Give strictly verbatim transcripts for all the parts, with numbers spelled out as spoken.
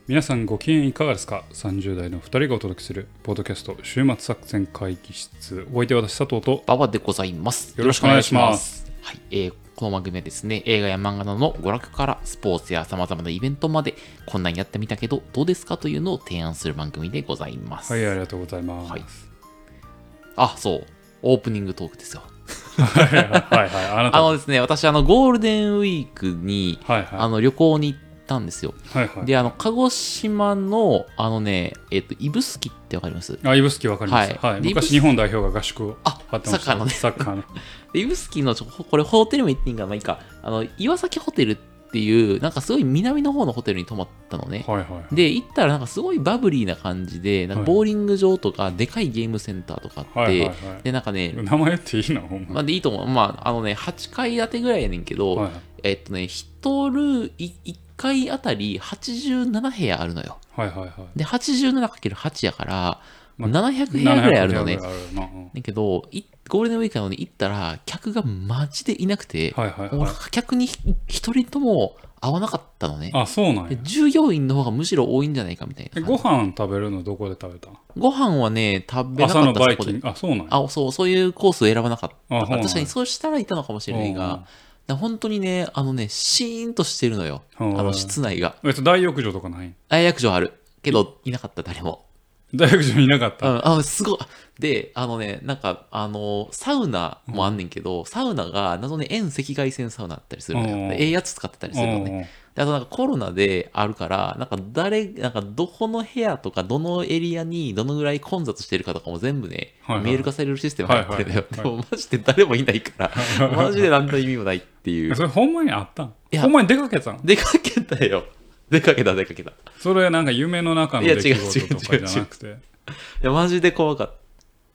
皆さんご機嫌いかがですか。さんじゅう代のふたりがお届けするポッドキャスト週末作戦会議室。お相手は私佐藤と馬場でございます。 よろしくお願いします。 はい、えー、この番組はですね、映画や漫画などの娯楽からスポーツや様々なイベントまでこんなんやってみたけどどうですかというのを提案する番組でございます。 はい、ありがとうございます。 はい、あ、そうオープニングトークですよ。 はいはいはい、あなたあのですね、私あのゴールデンウィークに、はいはい、あの旅行に行ったんですよ。はいはい、で、あの鹿児島のあのね、えっと指宿ってわかります？ あ、指宿わかります。はいはい、昔日本代表が合宿を張ってました。あ、サッカーのね。 サッカーの。 指宿のちょこれホテルも行っていいんかまあいいか。あの岩崎ホテルっていうなんかすごい南の方のホテルに泊まったのね。はいはいはい、で行ったらなんかすごいバブリーな感じで、なんかボーリング場とかでかいゲームセンターとかあって、はいはいはい、でなんかね、 名前っていいの？ほんま。 まあでいいと思う。まああのねはちかい建てぐらいやねんけど、はい、えっとねひとルーいっかいあたりはちじゅうななへやあるのよ。はいはいはい。で はちじゅうななかけるはち やから、まあ、ななひゃくへやぐらいあるのね。だけどゴールデンウィークなのに行ったら客がマジでいなくて、はいはいはい、俺客に一人とも会わなかったのね。 あ、そうなんや。 従業員の方がむしろ多いんじゃないかみたいな。 ご飯食べるのどこで食べた？ ご飯はね食べなかった。 朝のバイキング。あ、そうなんや。 あ、そうそういうコースを選ばなかった。確かにそうしたらいたのかもしれないが、本当にねあのねシーンとしてるのよ。あの室内が。 えっと大浴場とかない？ 大浴場あるけどいなかった誰も。 大学生いなかった。 うん、あ、すごい。で、あのね、なんか、あの、サウナもあんねんけど、うん、サウナが謎に遠赤外線サウナあったりするのよ。ええやつ使ってたりするのね。で、あとなんかコロナであるから、なんか誰、なんかどこの部屋とか、どのエリアにどのぐらい混雑してるかとかも全部ね、はいはい、メール化されるシステム入ってるのよ。でもマジで誰もいないから、マジで何の意味もないっていう。 それほんまにあったん？ほんまに出かけたん？ 出かけたよ。出かけた出かけた。 それなんか夢の中の出来事とかじゃなくて。 いやマジで怖かった。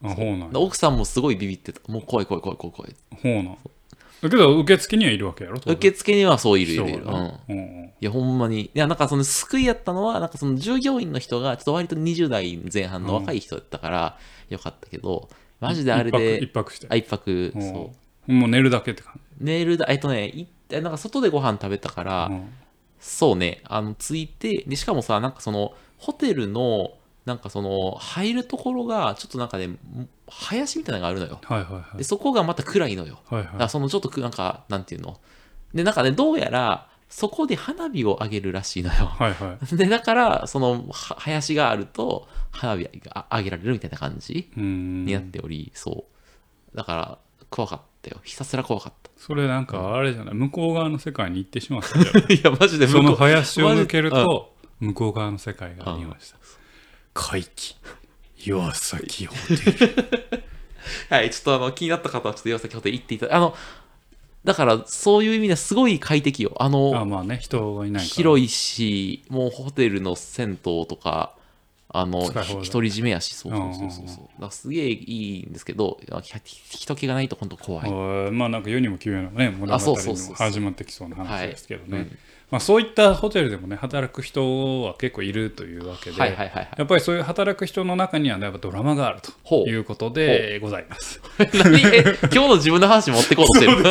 あ、ほうなん。 奥さんもすごいビビってた。もう怖い怖い怖い怖い怖い。 ほうなん。だけど受付にはいるわけやろ。 受付にはそういるいるいる。うん。うん、いやほんまに。いやなんかその救いやったのはなんかその従業員の人がちょっと割とにじゅう代前半の若い人だったからよかったけど、マジであれで一泊して。 あ一泊そう。 もう寝るだけって感じ。 寝るだえっとねいなんか外でご飯食べたから、うん、そうねあの着いてでしかもさなんかそのホテルのなんかその入るところがちょっとなんかね林みたいなのがあるのよ、はいはいはい、でそこがまた暗いのよ、はいはい、だからそのちょっとなんかなんていうのでなんかねどうやらそこで花火を上げるらしいのよ、はいはい、でだからその林があると花火が上げられるみたいな感じになっておりそうだから怖かったよひたすら怖かった。 それなんかあれじゃない向こう側の世界に行ってしまったじゃないいやマジでその林を抜けると向こう側の世界がありました。怪奇岩崎ホテルはいちょっとあの気になった方はちょっと岩崎ホテル行っていただあのだからそういう意味ではすごい快適よあのあまあね人がいないから広いしもうホテルの銭湯とかあの独り占めやしそうそうそうそうそうだからすげえいいんですけど人気がないと本当怖いまあなんか世にも奇妙なね物語も始まってきそうな話ですけどね、はいうんまあ、そういったホテルでもね働く人は結構いるというわけで、はいはいはいはい、やっぱりそういう働く人の中には、ね、やっぱドラマがあるということでございます。 何え今日の自分の話持ってこうとしてる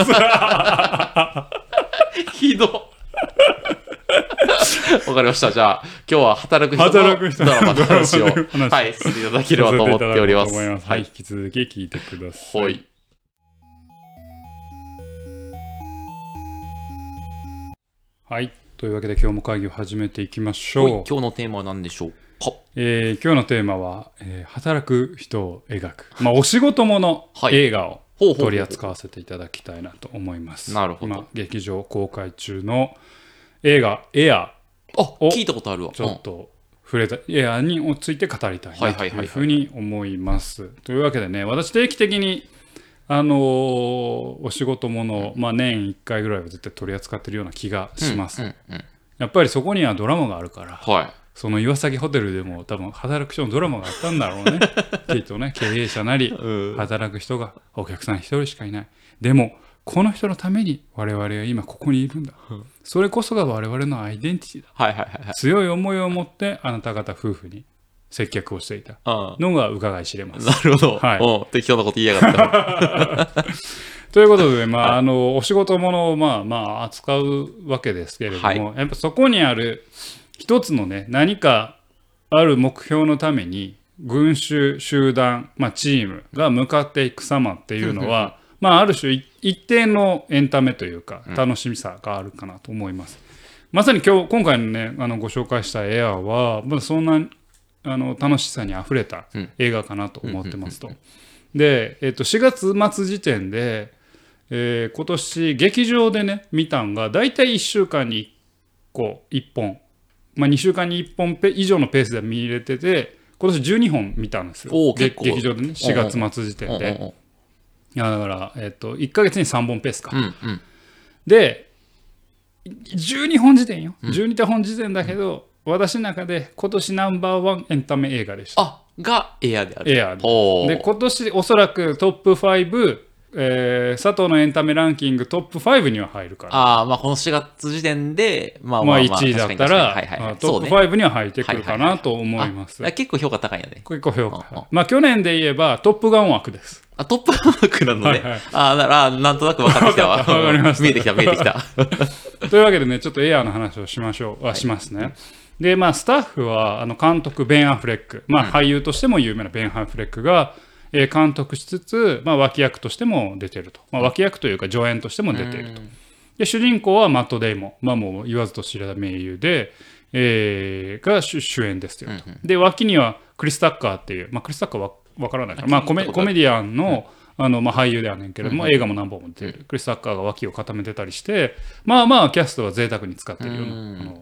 ひどわかりましたじゃあ今日は働く人のドラマの話をはいしていただければと思っております。 はい、はい、引き続き聞いてください。はいはい、というわけで今日も会議を始めていきましょう。 今日のテーマは何でしょうか。 えー、今日のテーマは、えー、働く人を描く、まあ、お仕事もの映画を取り扱わせていただきたいなと思います。 なるほど。 今劇場公開中の映画エアを聞いたことあるわ。 ちょっと触れたエアについて語りたいなというふうに思います。というわけでね私定期的にあのー、お仕事もの、まあ、年いっかいぐらいは絶対取り扱ってるような気がします、うんうんうん、やっぱりそこにはドラマがあるから、はい、その岩崎ホテルでも多分働く人のドラマがあったんだろうねきっとね経営者なり働く人がお客さん一人しかいないでもこの人のために我々は今ここにいるんだ、うん、それこそが我々のアイデンティティだ、はいはいはいはい、強い思いを持ってあなた方夫婦に接客をしていたのが伺い知れます。 なるほど、はい、お適当なこと言いやがったということで、まあはい、あのお仕事ものをまあまあ扱うわけですけれども、はい、やっぱそこにある一つのね何かある目標のために群衆集団、まあ、チームが向かっていく様っていうのはまあある種一定のエンタメというか楽しみさがあるかなと思います。まさに今日今回のねあのご紹介したエアーは、まあ、そんなあの楽しさにあふれた映画かなと思ってますと。で、えっと、しがつ末時点で、えー、今年劇場でね見たんがだいたいいっしゅうかんにいっこいっぽん、まあ、にしゅうかんにいっぽん以上のペースで見れてて今年じゅうにほん見たんですよ。劇場でねしがつ末時点で。いやだから、えっと、いっかげつにさんぼんペースか。 うんうん、でじゅうにほん時点よ、うん、じゅうにほん時点だけど、うん、私の中で今年ナンバーワンエンタメ映画でした。 あがエアである。 エアで。で今年おそらくトップご、えー、佐藤のエンタメランキングトップごには入るから。 ああ、まあこのしがつ時点で、まあまあ、まあ、 まあ、いちいだったら、はいはいはい、トップごには入ってくるかなと思います。 結構評価高いよね。 結構評価高い。まあ去年で言えばトップガン枠です。 あ、トップガン枠なのね。はいはい、あなら、なんとなく分かってきたわ。 わかりました。 見えてきた、見えてきた。 というわけでね、ちょっとエアーの話をしましょう、はしますね。はい、で、まあ、スタッフは、あの監督、ベン・アフレック、まあ、俳優としても有名なベン・アフレックが、えー、監督しつつ、まあ、脇役としても出てると。まあ、脇役というか、助演としても出ていると。で、主人公はマット・デイモン、まあ、もう言わずと知れた名優で、えー、が主演ですよと。で、脇にはクリス・タッカーっていう、まあ、クリス・タッカーは分からないから、まあ、コメ、コメディアンの、あのまあ、俳優ではねんけれども、うん、映画も何本も出てる、うん、クリス・タッカーが脇を固めてたりしてまあまあキャストは贅沢に使っているような、うん、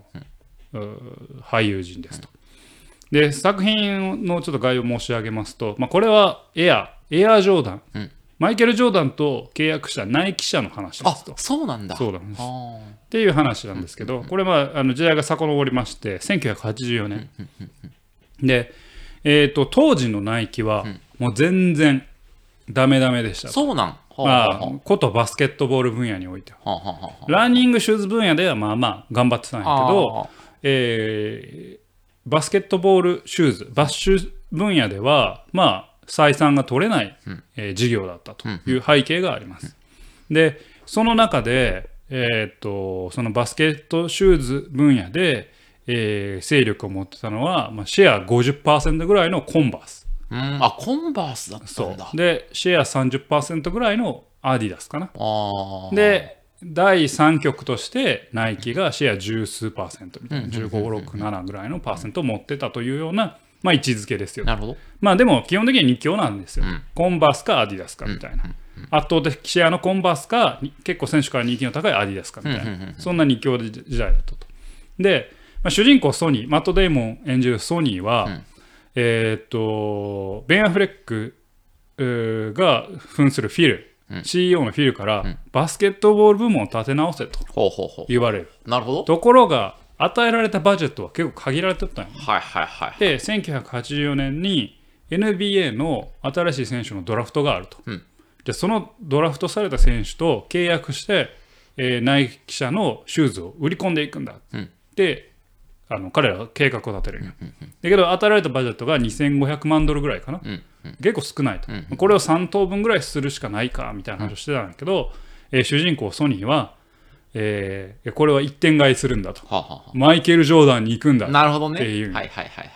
あの俳優陣ですと。で作品のちょっと概要を申し上げますと、まあ、これはエアエアジョーダン、うん、マイケル・ジョーダンと契約したナイキ社の話ですと。 あそうなんだ。 そうなんですっていう話なんですけど、これはあの時代が遡りましてせんきゅうひゃくはちじゅうよねんで、えーと、当時のナイキはもう全然ダメダメでした。 そうなん、はあはあ、まあ、ことバスケットボール分野においては、はあはあはあ、ランニングシューズ分野ではまあまあ頑張ってたんやけど、はあえー、バスケットボールシューズバッシュ分野ではまあ採算が取れない、うんえー、事業だったという背景があります。うん、でその中で、えー、っとそのバスケットシューズ分野で、えー、勢力を持ってたのは、まあ、シェア ごじゅっパーセント ぐらいのコンバース。 うん、あコンバースだったんだ。 でシェア さんじゅっパーセント ぐらいのアディダスかな。あでだいさん局としてナイキがシェア十数パーセントみたいなじゅうご、ろく、ななぐらいのパーセントを持ってたというような、まあ、位置づけですよ。 なるほど。 まあでも基本的にに強なんですよ、うん、コンバースかアディダスかみたいな、うん、圧倒的シェアのコンバースか結構選手から人気の高いアディダスかみたいな、うん、そんなに強時代だったと。で、まあ、主人公ソニーマット・デイモン演じるソニーは、うんえー、っとベン・アフレックが扮するフィル、うん、シーイーオー のフィルから、うん、バスケットボール部門を立て直せと言われる。 なるほど。 ところが与えられたバジェットは結構限られてたんよ、ねはいはいはいはい、 でせんきゅうひゃくはちじゅうよねんに エヌビーエー の新しい選手のドラフトがあると、うん、でそのドラフトされた選手と契約して、えー、ナイキ社のシューズを売り込んでいくんだ、うん、であの彼らは計画を立てるんよ、うんうんうん、だけど与えられたバジェットがにせんごひゃくまんドルぐらいかな、うんうん、結構少ないと、うんうん、これをさん等分ぐらいするしかないかみたいな話をしてたんだけど、うんえー、主人公ソニーは、えー、これは一点買いするんだと、はあはあ、マイケル・ジョーダンに行くんだっていう。 なるほどね。はいはいはいはいはい。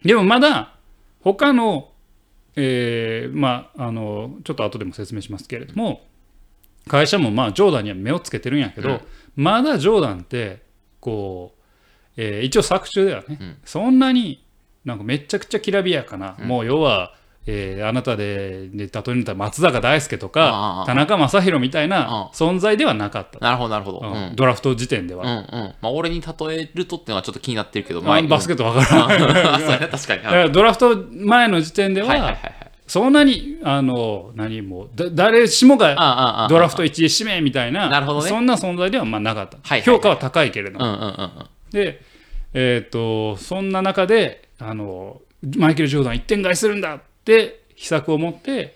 でもまだ他の、えー、まああのちょっと後でも説明しますけれども会社もまあジョーダンには目をつけてるんやけど、うん、まだジョーダンってこうえー、一応作中ではね、うん、そんなになんかめちゃくちゃきらびやかな、うん、もう要は、えー、あなたで、で例えると松坂大輔とか田中将大みたいな存在ではなかった。 なるほどなるほど、 うん、ドラフト時点では、うんうんまあ、俺に例えるとっていうのはちょっと気になってるけど、 まあ、バスケット分からないそう、ね、確かにだからドラフト前の時点では、はいはいはいはい、そんなにあの何もだ誰しもがドラフトいちい指名みたいな、 なるほどね、 そんな存在ではまあなかった、はいはいはい、評価は高いけれども、うんうんうんうん、でえー、とそんな中であのマイケル・ジョーダンいってん買いするんだって秘策を持って、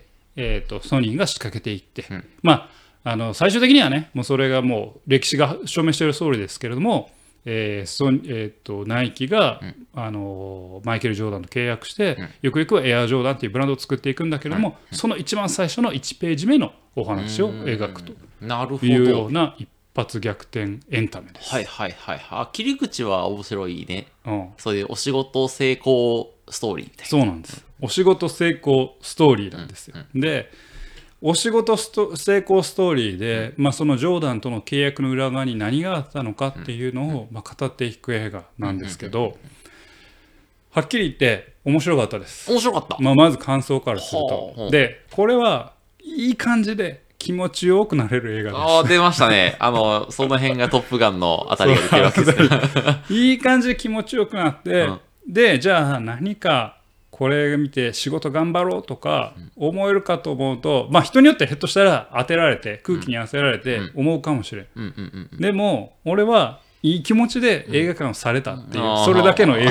えー、とソニーが仕掛けていって、うん、まああの最終的にはねもうそれがもう歴史が証明している通りですけれども、えーソえー、とナイキが、うん、あのマイケル・ジョーダンと契約して、うん、ゆくゆくはエア・ジョーダンっていうブランドを作っていくんだけれども、うん、その一番最初のいちページ目のお話を描くというような一発逆転エンタメです。 はいはいはい。あ、切り口は面白いね。 うん、 そういうお仕事成功ストーリーみたいな。 そうなんです。お仕事成功ストーリーなんですよ。うんうん、で、お仕事スト成功ストーリーで、うん、まあ、そのジョーダンとの契約の裏側に何があったのかっていうのを、うん、まあ、語っていく映画なんですけど、はっきり言って面白かったです。 面白かった。 まあ、まず感想からすると。で、これはいい感じで気持ちよくなれる映画です。 ああ、出ましたね。あの、その辺がトップガンのあたりが出てるわけですね。 いい感じで気持ちよくなって、うん、で、じゃあ何かこれ見て仕事頑張ろうとか思えるかと思うと、まあ人によってひょっとしたら当てられて空気に焦られて思うかもしれん。でも俺はいい気持ちで映画館をされたっていう、うん、それだけの映画。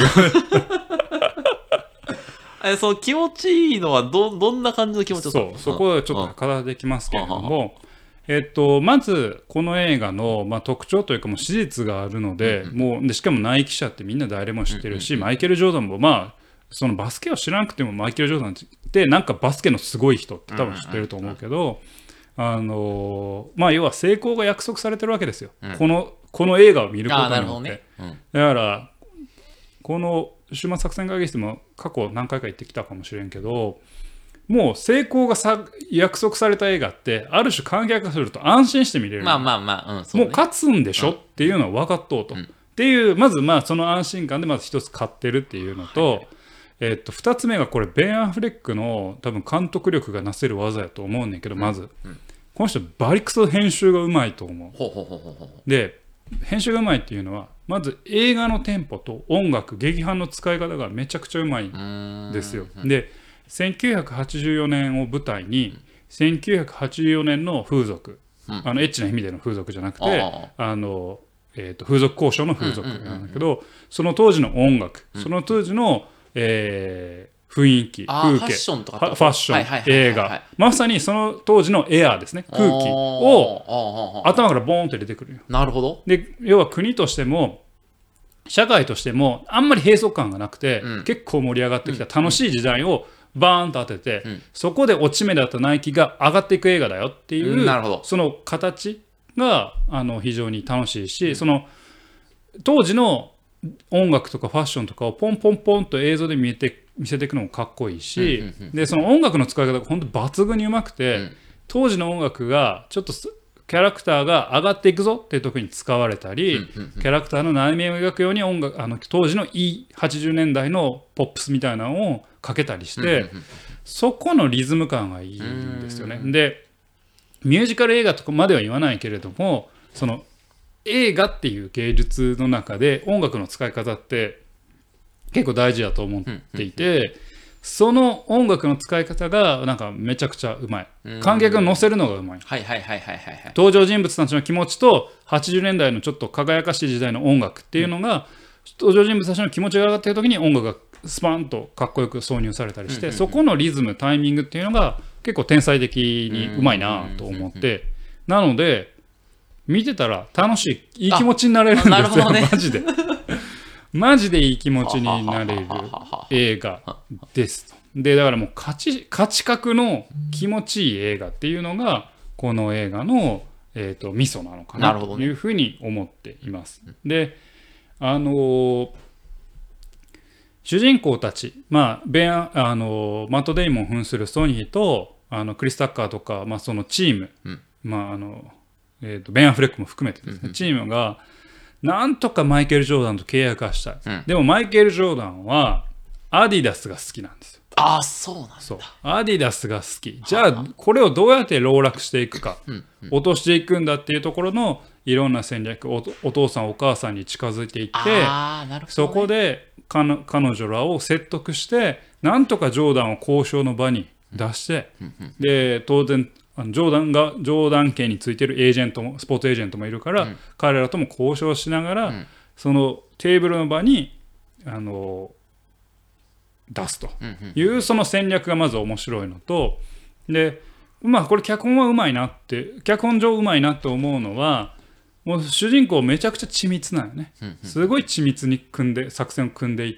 え、その気持ちいいのは ど, どんな感じの気持ちだったの？ そう、そこはちょっと語ってきますけれども、えっと、まずこの映画の、まあ、特徴というかもう史実があるので、うんうん、もうでしかもナイキ社ってみんな誰も知ってるし、うんうんうん、マイケル・ジョーダンもまあそのバスケを知らなくてもマイケル・ジョーダンってなんかバスケのすごい人って多分知ってると思うけど、あのまあ要は成功が約束されてるわけですよ、うん、このこの映画を見ることによって、ね、うん、だからこの終末作戦会議室も過去何回か行ってきたかもしれんけど、もう成功がさ約束された映画ってある種観客がすると安心して見れる。 まあまあまあ、うん、そうね、 もう勝つんでしょ、うん、っていうのは分かっとうと、うん、っていうまずまあその安心感でまず一つ勝ってるっていうのと、はい、えー、っとふたつめがこれベン・アフレックの多分監督力がなせる技やと思うねんけど、まず、うんうん、この人バリクソ編集がうまいと思う。 ほうほうほうほう。 で編集がうまいっていうのはまず映画のテンポと音楽劇伴の使い方がめちゃくちゃうまいんですよ。でせんきゅうひゃくはちじゅうよねんを舞台にせんきゅうひゃくはちじゅうよねんの風俗、うん、あのエッチな意味での風俗じゃなくてあの、えー、と風俗交渉の風俗なんだけど、その当時の音楽、その当時の、えー雰囲気、風景、ファッションとかファッション、映画、まさにその当時のエアーですね、空気を頭からボーンって出てくるよ。 なるほど。 で要は国としても社会としてもあんまり閉塞感がなくて、うん、結構盛り上がってきた楽しい時代をバーンと当てて、うん、そこで落ち目だったナイキが上がっていく映画だよっていう、うん、 なるほど。 その形があの非常に楽しいし、うん、その当時の音楽とかファッションとかをポンポンポンと映像で見えて見せていくのもかっこいいし、うんうんうん、でその音楽の使い方が本当抜群にうまくて、うん、当時の音楽がちょっとキャラクターが上がっていくぞっていう時に使われたり、うんうんうん、キャラクターの内面を描くように音楽あの当時のいいはちじゅうねんだいのポップスみたいなのをかけたりして、うんうんうん、そこのリズム感がいいんですよね。でミュージカル映画とかまでは言わないけれども、その映画っていう芸術の中で音楽の使い方って結構大事だと思っていて、うんうんうん、その音楽の使い方がなんかめちゃくちゃうまい。観客を乗せるのがうまい。 はいはいはいはいはい。 登場人物たちの気持ちとはちじゅうねんだいのちょっと輝かしい時代の音楽っていうのが、うん、登場人物たちの気持ちが上がっている時に音楽がスパンとかっこよく挿入されたりして、うんうんうん、そこのリズムタイミングっていうのが結構天才的にうまいなと思って、うんうんうんうん、なので見てたら楽しいいい気持ちになれるんですよ、ね、マジでマジでいい気持ちになれる映画ですでだからもう価値価値格の気持ちいい映画っていうのがこの映画の、えーと、ミソなのかなというふうに思っています。であのー、主人公たち、まあベンあのー、マット・デイモン扮するソニーとあのクリス・タッカーとか、まあ、そのチーム、うん、まああのえー、とベン・アフレックも含めてですね、うんうん、チームがなんとかマイケル・ジョーダンと契約はしたい、うん、でもマイケル・ジョーダンはアディダスが好きなんですよ。 ああそうなんだ。 そうアディダスが好き。じゃあこれをどうやって籠絡していくか、うんうん、落としていくんだっていうところのいろんな戦略 お, お父さんお母さんに近づいていって、 あなるほど、ね、 そこで彼女らを説得してなんとかジョーダンを交渉の場に出して、うんうんうん、で当然あのジョーダンがジョーダン家についてるエージェントもスポーツエージェントもいるから、うん、彼らとも交渉しながら、うん、そのテーブルの場にあの出すという、うんうん、その戦略がまず面白いのと、でまあこれ脚本はうまいなって脚本上うまいなと思うのはもう主人公めちゃくちゃ緻密なのね、うんうん、すごい緻密に組んで作戦を組んでいって、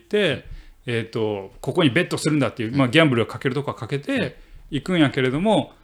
えーと、ここにベットするんだっていう、まあ、ギャンブルをかけるとこはかけていくんやけれども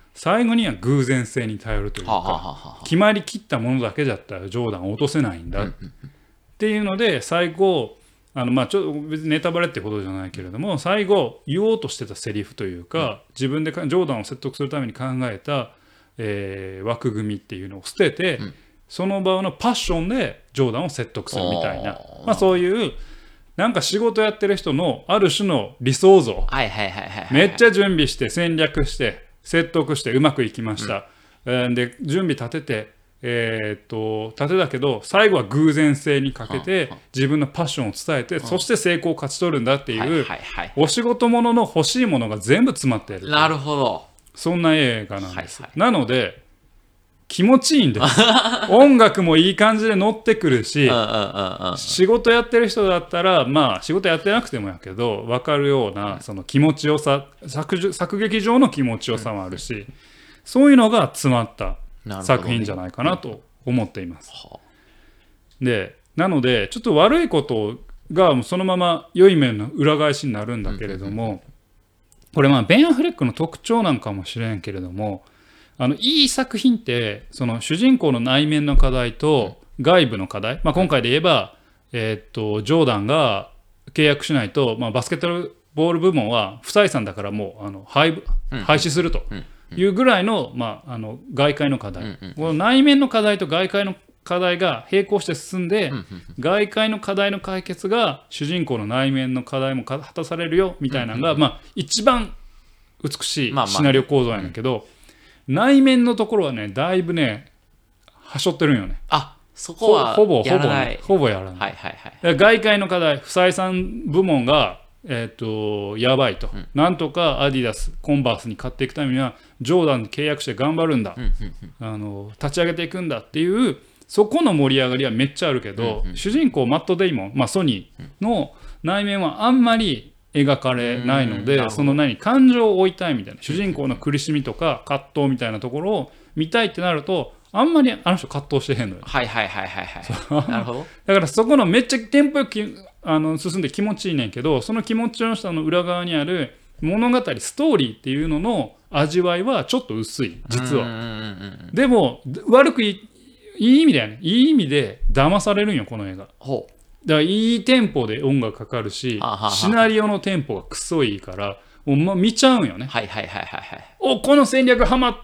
最後には偶然性に頼るというか、決まりきったものだけだったらジョーダンを落とせないんだっていうので、最後あのまあちょっと別にネタバレってことじゃないけれども、最後言おうとしてたセリフというか、自分でジョーダンを説得するために考えた、えー、枠組みっていうのを捨てて、その場のパッションでジョーダンを説得するみたいな、まあ、そういうなんか仕事やってる人のある種の理想像、めっちゃ準備して戦略して説得してうまくいきました、うん、で準備立てて、えー、っと立てたけど最後は偶然性にかけて自分のパッションを伝えて、そして成功を勝ち取るんだっていうお仕事ものの欲しいものが全部詰まっている。 なるほど。 そんな映画なんです、はいはい、なので気持ちいいんです音楽もいい感じで乗ってくるし、仕事やってる人だったらまあ仕事やってなくてもやけど分かるようなその気持ちよさ、 作, 作劇上の気持ちよさもあるし、そういうのが詰まった作品じゃないかなと思っています。でなのでちょっと悪いことがそのまま良い面の裏返しになるんだけれども、これまあベン・アフレックの特徴なんかもしれんけれども、あのいい作品ってその主人公の内面の課題と外部の課題、まあ、今回で言えば、えー、っとジョーダンが契約しないと、まあ、バスケットボール部門は不採算だからもうあの 廃, 廃止するというぐらいの、まあ、あの外界の課題、この内面の課題と外界の課題が並行して進んで、外界の課題の解決が主人公の内面の課題も果たされるよみたいなのが、まあ、一番美しいシナリオ構造やねんけど、内面のところはねだいぶねはしょってるんよね。 あ、そこはほぼほぼね、ほぼやらない、 はいはいはい、 外界の課題、不採算部門が、えー、とやばいと、うん、なんとかアディダスコンバースに買っていくためにはジョーダンで契約して頑張るんだ、うんうんうん、あの立ち上げていくんだっていうそこの盛り上がりはめっちゃあるけど、うんうん、主人公マット・デイモン、まあ、ソニーの内面はあんまり描かれないので、その何感情を追いたいみたいな、主人公の苦しみとか葛藤みたいなところを見たいってなるとあんまりあの人葛藤してへんのよ。 はいはいはいはいはいなるほど。 だからそこのめっちゃテンポよくあの進んで気持ちいいねんけど、その気持ちの下の裏側にある物語ストーリーっていうのの味わいはちょっと薄い実は。でも悪くいいいい意味だよね、いい意味で騙されるんよこの映画。ほうだからいいテンポで音楽かかるし、はははシナリオのテンポがクソいいからもう、ま、見ちゃうんよね。 はいはいはいはいはい。 おこの戦略ハマった、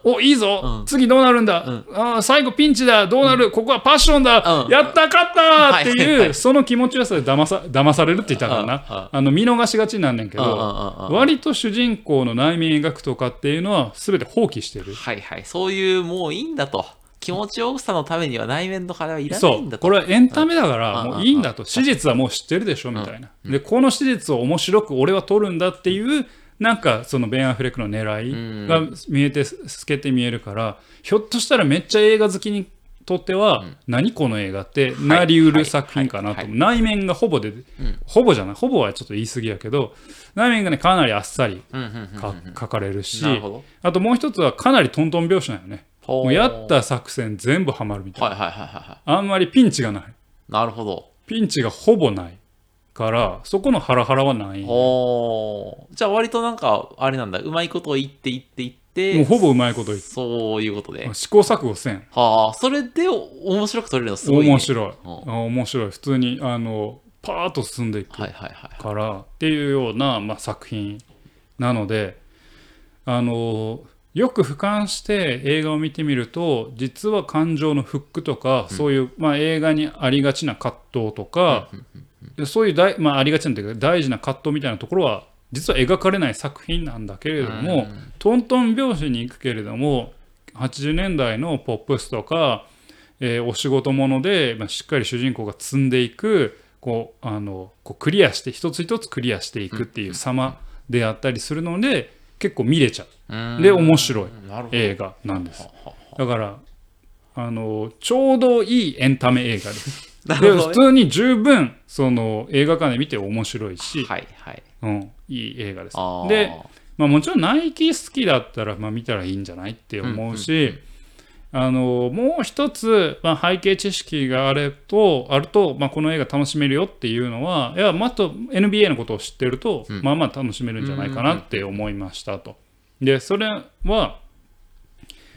うん、おいいぞ、うん、次どうなるんだ、うん、あ最後ピンチだどうなる、うん、ここはパッションだ、うん、やった勝ったっていう、はいはいはい、その気持ちよさで騙さ、騙されるって言ったからな、ああの見逃しがちなんねんけど、割と主人公の内面描くとかっていうのは全て放棄してる。 はいはい、そういうもういいんだと、気持ちよさのためには内面の課題はいらないんだと。 そう、これはエンタメだからもういいんだと、史実はもう知ってるでしょみたいな、でこの史実を面白く俺は撮るんだっていうなんかそのベン・アフレックの狙いが見えて透けて見えるから、ひょっとしたらめっちゃ映画好きにとっては何この映画ってなりうる作品かなと。内面がほぼで、ほぼじゃない、ほぼはちょっと言い過ぎやけど内面がねかなりあっさり書かれるし、あともう一つはかなりトントン拍子なんよね。もうやった作戦全部ハマるみたいな、はいはいはいはい、あんまりピンチがない。 なるほど。 ピンチがほぼないからそこのハラハラはない。 おじゃあ割となんかあれなんだ、うまいこと言って言って言ってもうほぼうまいこと言って、 そういうことで試行錯誤せん。 はあ、それで面白く撮れるのすごい、ね、 面白い面白い。普通にあのパーッと進んでいくから、はいはいはい、っていうような、まあ、作品なので、あのよく俯瞰して映画を見てみると実は感情のフックとか、うん、そういう、まあ、映画にありがちな葛藤とか、うん、そういう大、まあ、ありがちなというか大事な葛藤みたいなところは実は描かれない作品なんだけれども、うん、トントン拍子に行くけれどもはちじゅうねんだいのポップスとか、えー、お仕事もので、まあ、しっかり主人公が積んでいくこうあのこうクリアして一つ一つクリアしていくっていう様であったりするので結構見れちゃう。で面白い映画なんです。だからあのちょうどいいエンタメ映画です。で普通に十分その映画館で見て面白いし、はいはいうん、いい映画です。で、まあ、もちろんナイキ好きだったら、まあ、見たらいいんじゃないって思うし、うんうんうん、あのもう一つ、まあ、背景知識があると、あるとまあ、この映画楽しめるよっていうのは、いやもっと エヌビーエー のことを知ってると、うん、まあまあ楽しめるんじゃないかなって思いましたと。でそれは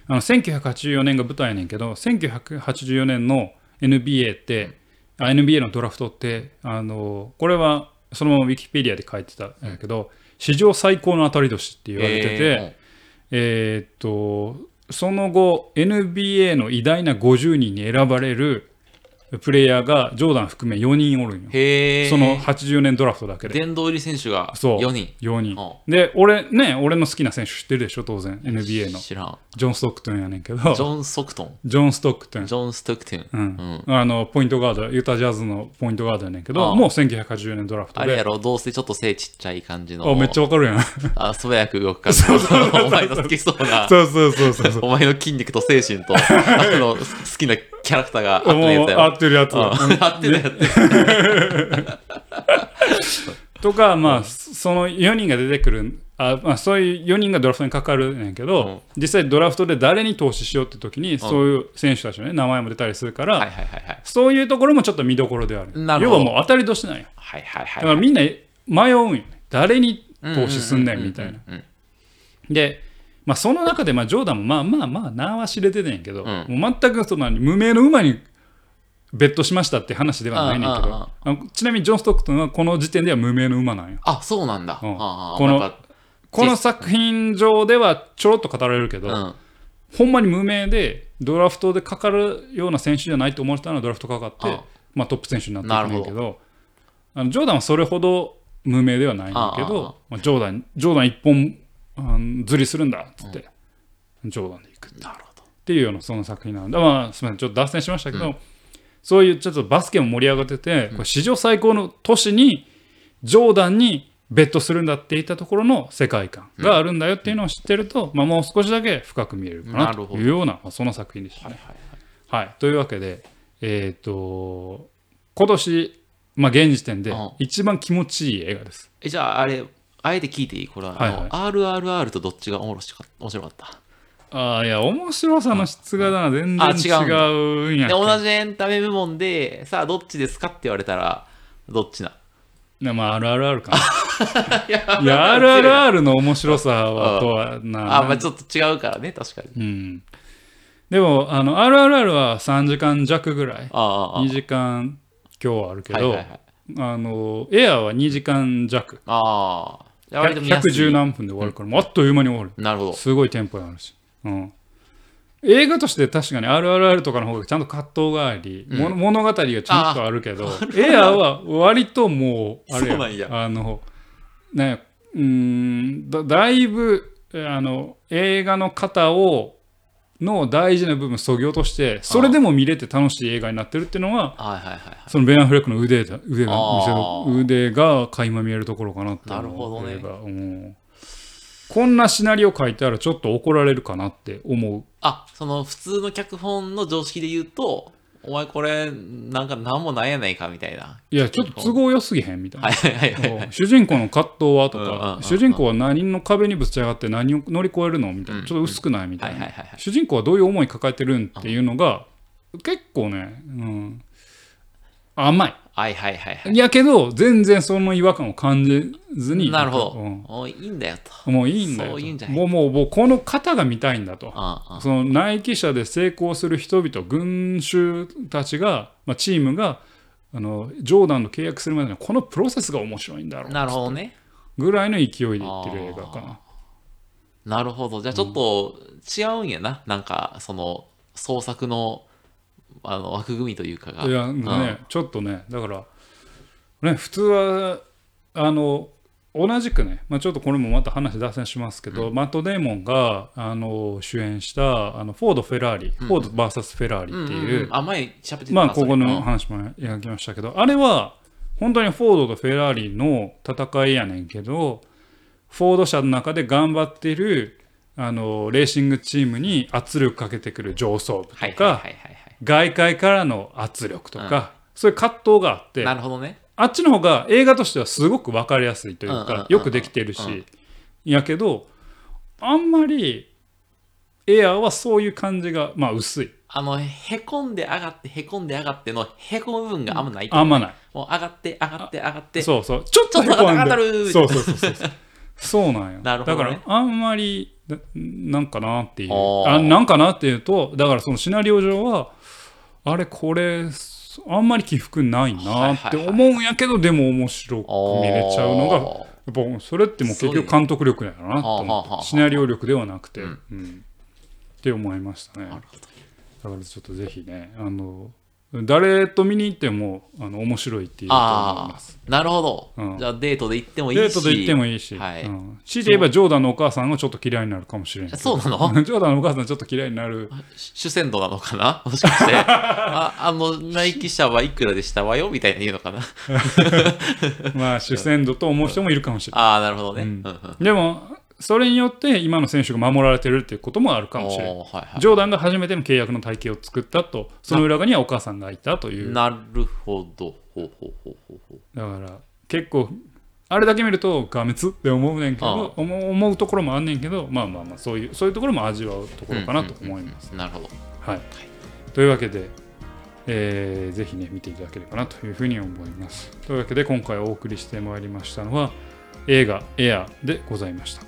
あのせんきゅうひゃくはちじゅうよねんが舞台やねんけど、せんきゅうひゃくはちじゅうよねんの エヌビーエー って、うん、エヌビーエー のドラフトってあのこれはそのままウィキペディアで書いてたんやけど、うん、史上最高の当たり年って言われてて、えー、えー、っとその後 エヌビーエー の偉大なごじゅうにんに選ばれるプレイヤーがジョーダン含めよにんおるんよ。へー。そのはちじゅうねんドラフトだけで殿堂入り選手がよにん。 よにんで、俺ね、俺の好きな選手知ってるでしょ当然。 エヌビーエー の知らん。 ジョン・ストックトンやねんけど。 ジョン・ストックトンジョン・ストックトンジョン・ストックトン、 うんうん、あのポイントガード、ユタジャズのポイントガードやねんけど、もうせんきゅうひゃくはちじゅうねんドラフトで。 あれやろ、どうせちょっと背ちっちゃい感じの。 あ、めっちゃわかるやん。 あ、素早く動く感じのお前の好きそうな。 そうそうそうそうお前の筋肉と精神とあの好きなキャラクターが合ってるやつやろ。 合ってるやつ、うん、 合ってるやつとか、まあそのよにんが出てくる、あ、まあ、そういうよにんがドラフトにかかるんやけど、うん、実際ドラフトで誰に投資しようって時に、うん、そういう選手たちの、ね、名前も出たりするから、はいはいはいはい、そういうところもちょっと見どころである。要はもう当たり年なんよ、はいはいはいはい、だからみんな迷うんよね、誰に投資すんねんみたいな。で、まあ、その中でまあジョーダンもまあまあまあ名は知れててんやけど、うん、もう全くその無名の馬にベットしましたって話ではないねんけど、ああちなみにジョン・ストックトンはこの時点では無名の馬なんよ。 あ、そうなんだ、うん、 ああこのこの作品上ではちょろっと語られるけど、うん、ほんまに無名でドラフトでかかるような選手じゃないと思ってたのはドラフトかかって、ああまあ、トップ選手になっていくんだけど、あのジョーダンはそれほど無名ではないんだけど、ああジョーダンジョーダン一本あのずりするんだっつって、うん、ジョーダンでいくっていうようなその作品なんだ。まあすみませんちょっと脱線しましたけど、うん、そういうちょっとバスケも盛り上がってて、これ史上最高の年にジョーダンにベットするんだって言ったところの世界観があるんだよっていうのを知ってると、うんまあ、もう少しだけ深く見えるかなというような、まあ、その作品でしたね。はいはいはいはい、というわけで、えー、と今年、まあ、現時点で一番気持ちいい映画です。 えじゃああれあえて聞いていいこれは、はいはい、アールアールアール とどっちが面白かった？ ああいや面白さの質がだな全然違うんや。 で同じエンタメ部門でさあどっちですかって言われたらどっちな？ まあ アールアールアール かな。いや アールアールアール の面白さはとはなあまあちょっと違うからね確かに。 うん。でもあの アールアールアール はさんじかん弱ぐらい、ああにじかん強あるけど、はいはいはい、あのエアーはにじかん弱。ああ。ひゃくじゅう何分で終わるから、うん、もうあっという間に終わる。なるほど。すごいテンポがあるし、うん。映画として確かに アールアールアール とかの方がちゃんと葛藤があり、うん、物語がちゃんとあるけど、エアーは割ともうあれやあのねうーん だ, だいぶあの映画の型をの大事な部分そぎ落としてそれでも見れて楽しい映画になってるっていうのは、はいはいはいはい、そのベン・アフレックの腕だ腕が見せる腕が垣間見えるところかなっていう。 なるほどね。 映画、うん、こんなシナリオ書いてあらちょっと怒られるかなって思う。 あ、その普通の脚本の常識で言うとお前これなんか何もないやないかみたいな。 いやちょっと都合良すぎへんみたいな。主人公の葛藤はとか、うんうんうん、主人公は何の壁にぶち上がって何を乗り越えるのみたいな、うんうん、ちょっと薄くないみたいな、主人公はどういう思い抱えてるんっていうのが、うん、結構ね、うん、甘い。 はいはいはいはい。 いやけど全然その違和感を感じずに。 なるほど。うん、もういいんだよと。 もういいんだよと。そういうんじゃない。もうもうもうこの型が見たいんだと。ああそのナイキ社で成功する人々群衆たちが、まあ、チームがあのジョーダンと契約するまでのこのプロセスが面白いんだろう。 なるほどね。 ぐらいの勢いで言ってる映画かな。 なるほど。じゃあちょっと違うんやな。うん、なんかその創作のあの枠組みというかが。 いやね、うん、ちょっとねだからね普通はあの同じくね、まあ、ちょっとこれもまた話脱線しますけど、うん、マット・デーモンがあの主演したあのフォード・フェラーリ、うん、フォード ブイエス フェラーリっていう、うんうん、 あ前喋ってたまあここの話も描きましたけど、あれは本当にフォードとフェラーリの戦いやねんけどフォード社の中で頑張ってるあのレーシングチームに圧力かけてくる上層部とか、はいはいはいはい、外界からの圧力とか、うん、そういう葛藤があって、 なるほどね。 あっちの方が映画としてはすごく分かりやすいというかよくできてるし、うん、やけどあんまりエアーはそういう感じがまあ薄い。 あのへこんで上がってへこんで上がってのへこむ部分があんまない、ね、 あんまない。 もう上がって上がって上がってそうそうちょっとへこんでそうそうそうそうそうなんよ。なるほど、ね、だからあんまりなんかなっていうあなんかなっていうとだからそのシナリオ上はあれこれあんまり起伏ないなって思うんやけど、でも面白く見れちゃうのがやっぱそれってもう結局監督力やなと思ってシナリオ力ではなくて、うんうん、って思いましたね。だからちょっとぜひねあの誰と見に行ってもあの面白いっていうと思います。 なるほど、うん、じゃあデートで行ってもいいしデートで行ってもいいし、はいうん、強いて言えばジョーダンのお母さんがちょっと嫌いになるかもしれない。 そうなのジョーダンのお母さんちょっと嫌いになる主戦度なのかなもしかしてあ, あのナイキ社はいくらでしたわよみたいな言うのかなまあ主戦度と思う人もいるかもしれない。 ああなるほどね、うん、 でもそれによって今の選手が守られてるっていうこともあるかもしれない、はいはい、ジョーダンが初めての契約の体系を作ったとその裏側にはお母さんがいたという。 なるほどほうほうほうほうほう。 だから結構あれだけ見ると画滅って思うねんけど思う、思うところもあんねんけどまあまあまあそういうそういうところも味わうところかなと思います、 うんうんうん、なるほど、 はい、というわけで、えー、ぜひね見ていただければなというふうに思います。というわけで今回お送りしてまいりましたのは映画エアーでございました。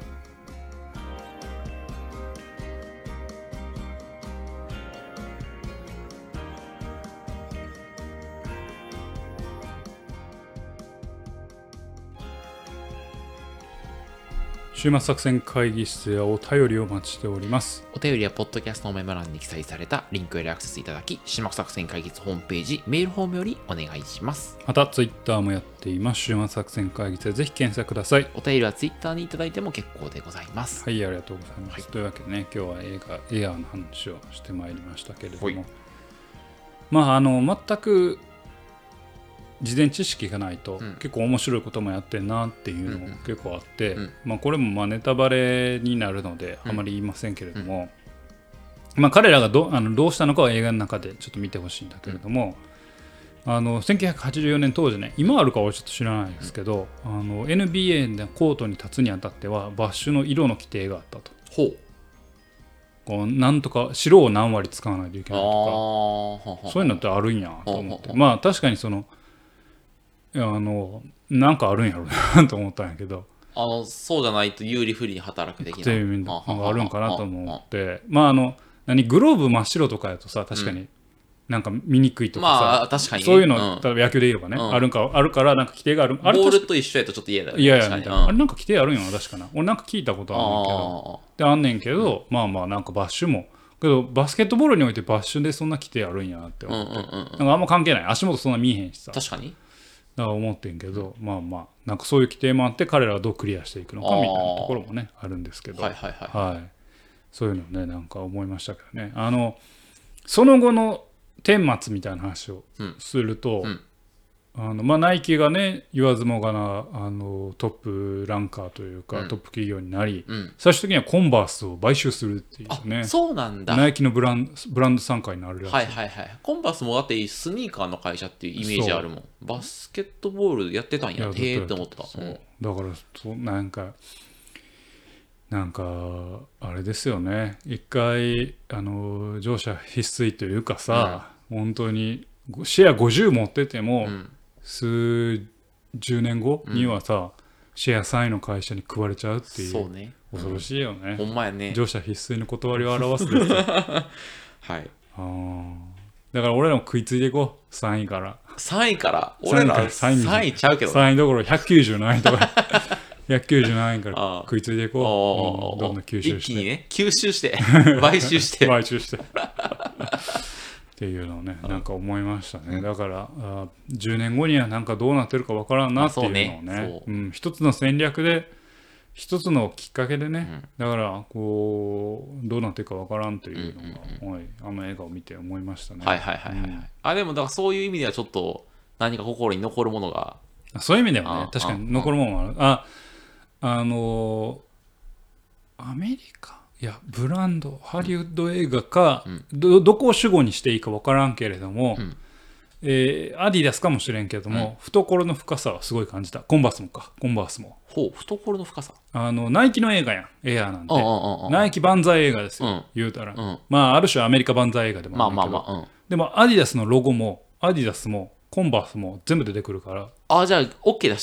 週末作戦会議室やお便りをお待ちしております。 お便りはポッドキャストのメモ欄に記載されたリンクよりアクセスいただき、週末作戦会議室ホームページメールフォームよりお願いします。 またツイッターもやっています。週末作戦会議室でぜひ検索ください。 お便りはツイッターにいただいても結構でございます。 はい、ありがとうございます、はい、というわけでね今日は映画エアーの話をしてまいりましたけれども、まああの全く事前知識がないと、うん、結構面白いこともやってんなっていうのも結構あって、うんうんまあ、これもまあネタバレになるのであまり言いませんけれども、うんまあ、彼らが ど, あのどうしたのかは映画の中でちょっと見てほしいんだけれども、うん、あのせんきゅうひゃくはちじゅうよねん当時ね今あるかはちょっと知らないですけど、うん、あの エヌビーエー でコートに立つにあたってはバッシュの色の規定があったと。 ほうこうなんとか白を何割使わないといけないとかそういうのってあるんやと思ってまあ確かにそのいやあのなんかあるんやろうなと思ったんやけどあのそうじゃないと有利不利に働く的なっていうのがあるんかなと思ってまああの何グローブ真っ白とかやとさ確かになんか見にくいとかさ、 まあ確かにそういうの、うん、例えば野球で言えばね、うん、あるんかあるからなんか規定があるあれボールと一緒やとちょっと嫌だよね。 いやいやみたいな、うん、あれなんか規定あるんやな確かな俺なんか聞いたことあんねんけどであんねんけど、うん、まあまあなんかバッシュもけどバスケットボールにおいてバッシュでそんな規定あるんやって思って、うんうんうんうん、なんかあんま関係ない足元そんな見えへんしさ確かにだから思ってんけど、まあまあなんかそういう規定もあって彼らはどうクリアしていくのかみたいなところもねあるんですけど、 はいはいはい、はい、 そういうのねなんか思いましたけどねあのその後の顛末みたいな話をすると、うんあのまあ、ナイキがね言わずもがなあのトップランカーというか、うん、トップ企業になり、うん、最終的にはコンバースを買収するっていうね。 そうなんだ。 ナイキのブランブランド傘下になるらしい。 はいはいはい。コンバースもだってスニーカーの会社っていうイメージあるもん。バスケットボールやってたんやってへえって思ってた。 そう、うん、だからそなんかなんかあれですよね一回あの乗車必須というかさ、うん、本当にシェアごじゅう持ってても、うん、数十年後にはさ、うん、シェアさんいの会社に食われちゃうっていう、 そうね、 恐ろしいよね、 うん、ほんまやね乗車必須の断りを表すですはいあだから俺らも食いついていこうさんいからさんいから俺らさんいちゃうけど、ね、 さんいどころひゃくきゅうじゅうなないとかひゃくきゅうじゅうななえんから食いついていこう、うん、どんどん吸収して一気にね吸収して買収して買収してっていうのをねなんか思いましたね、うん、だからあじゅうねんごにはなんかどうなってるかわからんなっていうのをね、ねうん、一つの戦略で一つのきっかけでね、うん、だからこうどうなってるかわからんというのが、うんうんうん、あの映画を見て思いましたね。 はいはいはいはい、うん、あでもだからそういう意味ではちょっと何か心に残るものがそういう意味ではね確かに残るものもあるああのアメリカいやブランドハリウッド映画か、うん、ど, どこを主語にしていいか分からんけれども、うんえー、アディダスかもしれんけれども、うん、懐の深さはすごい感じた。コンバースもかコンバースもほう懐の深さあのナイキの映画やんエアーなんてナイキ万歳映画ですよ、うん、言うたら、うん、まあある種アメリカ万歳映画でもあるけど、まあまあまあうん、でもアディダスのロゴもアディダスもコンバースも全部出てくるからあじゃあ OK 出してるって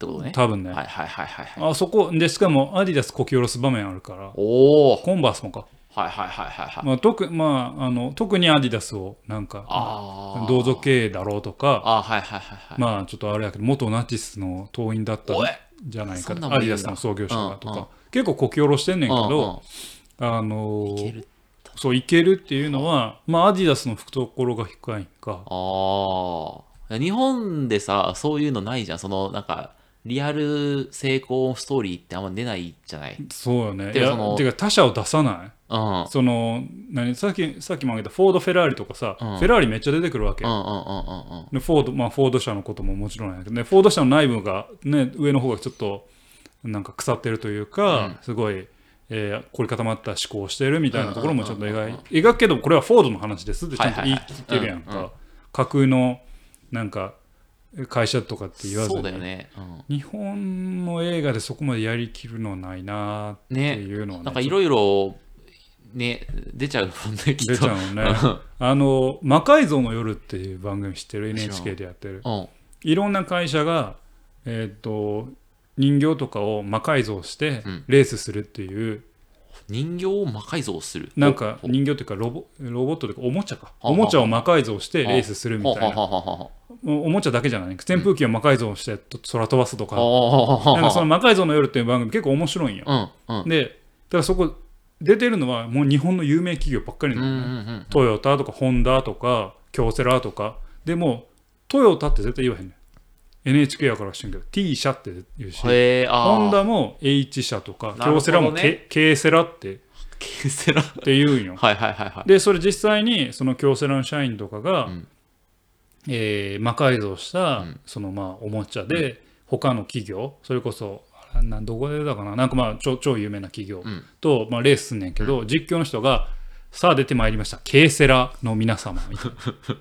ってことね。 多分ね。 はいはいはいはい、はい。 あそこで、しかもアディダスこき下ろす場面あるから。 おお。 コンバースもか。 はいはいはいはいはい。 まあ、特まあ、あの特にアディダスをなんか同族経営だろうとか、 あ、はいはいはいはい、 まあちょっとあれやけど元ナチスの党員だったんじゃないか、アディダスの創業者がとか、うんうん、結構こき下ろしてんねんけど、うんうん、あのー、そういけるっていうのは、まあアディダスの懐が深いんか。 ああ、日本でさそういうのないじゃん。そのなんかリアル成功ストーリーってあんま出ないじゃない。 そうよね。いやてか他社を出さない。うん、その何さっきさっきも挙げたフォード・フェラーリとかさ、うん、フェラーリめっちゃ出てくるわけ。でフォードまあフォード社のことももちろんやけどね、フォード社の内部がね上の方がちょっとなんか腐ってるというか、うん、すごい、えー、凝り固まった思考をしてるみたいなところもちょっと描い描くけど、これはフォードの話ですってちゃんと言い切ってるやんか。架空のなんか会社とかって言わずに、そうだよね、うん、日本の映画でそこまでやりきるのはないなっていうのはね、 なんかいろいろね出ちゃうもんね、きっと出ちゃうねあの魔改造の夜っていう番組知ってる？ エヌエイチケー でやってる、うん、いろんな会社が、えー、と人形とかを魔改造してレースするっていう、うん、 人形を魔改造する、 なんか人形っていうかロボ、ロボットというかおもちゃかおもちゃを魔改造してレースするみたいな、おもちゃだけじゃない、扇風機を魔改造して空飛ばすとか、うん、なんかその魔改造の夜っていう番組結構面白いんよ、うんうん、でだからそこ出てるのはもう日本の有名企業ばっかりなのね、うんうんうん、トヨタとかホンダとか京セラとかでもトヨタって絶対言わへんねん、 エヌエイチケー やから知るけど T 社って言うし、ホンダも H 社とか、京セラも K, K セラって K セラって言うんよはいはいはい、はい、 でそれ実際にその京セラの社員とかが、うんえー、魔改造した、うん、そのまあおもちゃで、うん、他の企業それこそどこで出たかな、なんかまあ 超, 超有名な企業と、うんまあ、レースすんねんけど、うん、実況の人がさあ出てまいりました K セラの皆様みたいな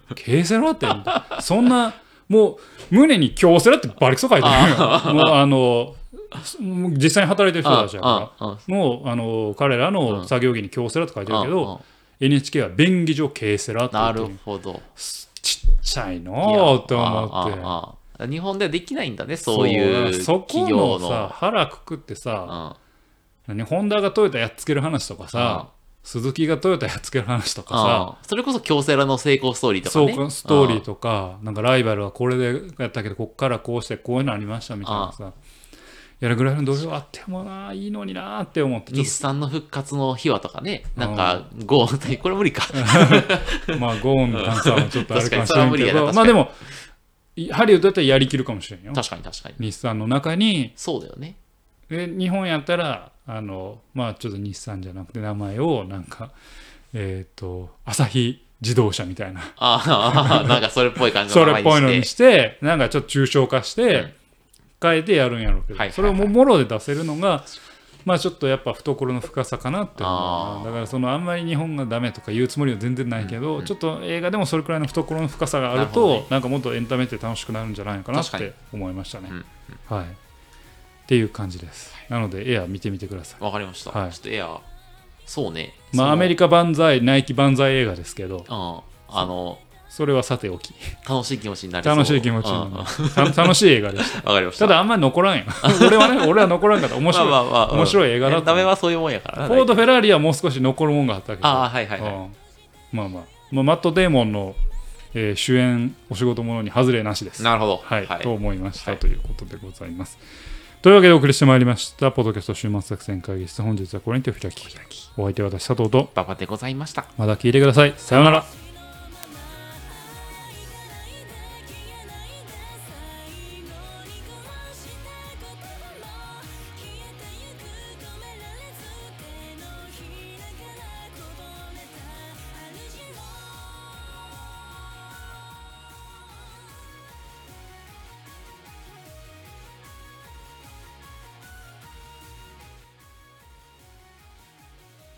K セラってそんなもう胸に京セラってバリクソ書いてるよもうあの実際に働いてる人たちやからもうあの彼らの作業着に京セラって書いてるけど エヌエイチケー は便宜上 K セラって言ってる。 なるほど、 ちっちゃいのと思って、ああああ日本ではできないんだね、そういう企業の。 そこのさ腹くくってさ、うん、ホンダがトヨタやっつける話とかさ、うん、鈴木がトヨタやっつける話とかさ、 うん、それこそ京セラの成功ストーリーとかね、 そうストーリーとか、なんかライバルはこれでやったけどこっからこうしてこういうのありましたみたいなさ、やるぐらいの土俵あってもないいのになって思って、 日産の復活の秘話とかね、なんかゴーンってこれ無理かまあゴーンのダンサーもちょっとあるかもしれんけどまあでもハリウッドだったらやりきるかもしれんよ。 確かに確かに。 日産の中にそうだよね。 で日本やったらあのまあちょっと日産じゃなくて名前をなんかえっ、ー、と朝日自動車みたいなああなんかそれっぽい感じの名前にしてそれっぽいのにしてなんかちょっと抽象化して、うん変えてやるんやろうけど、はいはいはい、それをもろで出せるのがまあちょっとやっぱ懐の深さかなって思う。だからそのあんまり日本がダメとか言うつもりは全然ないけど、うんうん、ちょっと映画でもそれくらいの懐の深さがあるとなる、ね、なんかもっとエンタメって楽しくなるんじゃないのかなって思いましたね、うんうん、はいっていう感じです。なのでエア見てみてください。 わかりました、はい、ちょっとエアそうねまあアメリカ万歳ナイキ万歳映画ですけど、 ああのそれはさておき楽しい気持ちになりそう。 楽しい気持ちになる楽しい映画でした。 わかりました。 ただあんまり残らんよ俺はね俺は残らんかった。面白いまあまあ、まあ、面白い映画だった。 ダメはそういうもんやからフォード・フェラーリはもう少し残るもんがあったけど、 あ、はいはいはい、うん、 まあまあ、まあ、マット・デーモンの、えー、主演お仕事ものに外れなしです。 なるほど、 はい、 はい、 と思いました、はい、ということでございます。というわけでお送りしてまいりましたポッドキャスト週末作戦会議室、本日はこれにてお開き。お相手は私佐藤と馬場でございました。 また聞いてください。さようなら。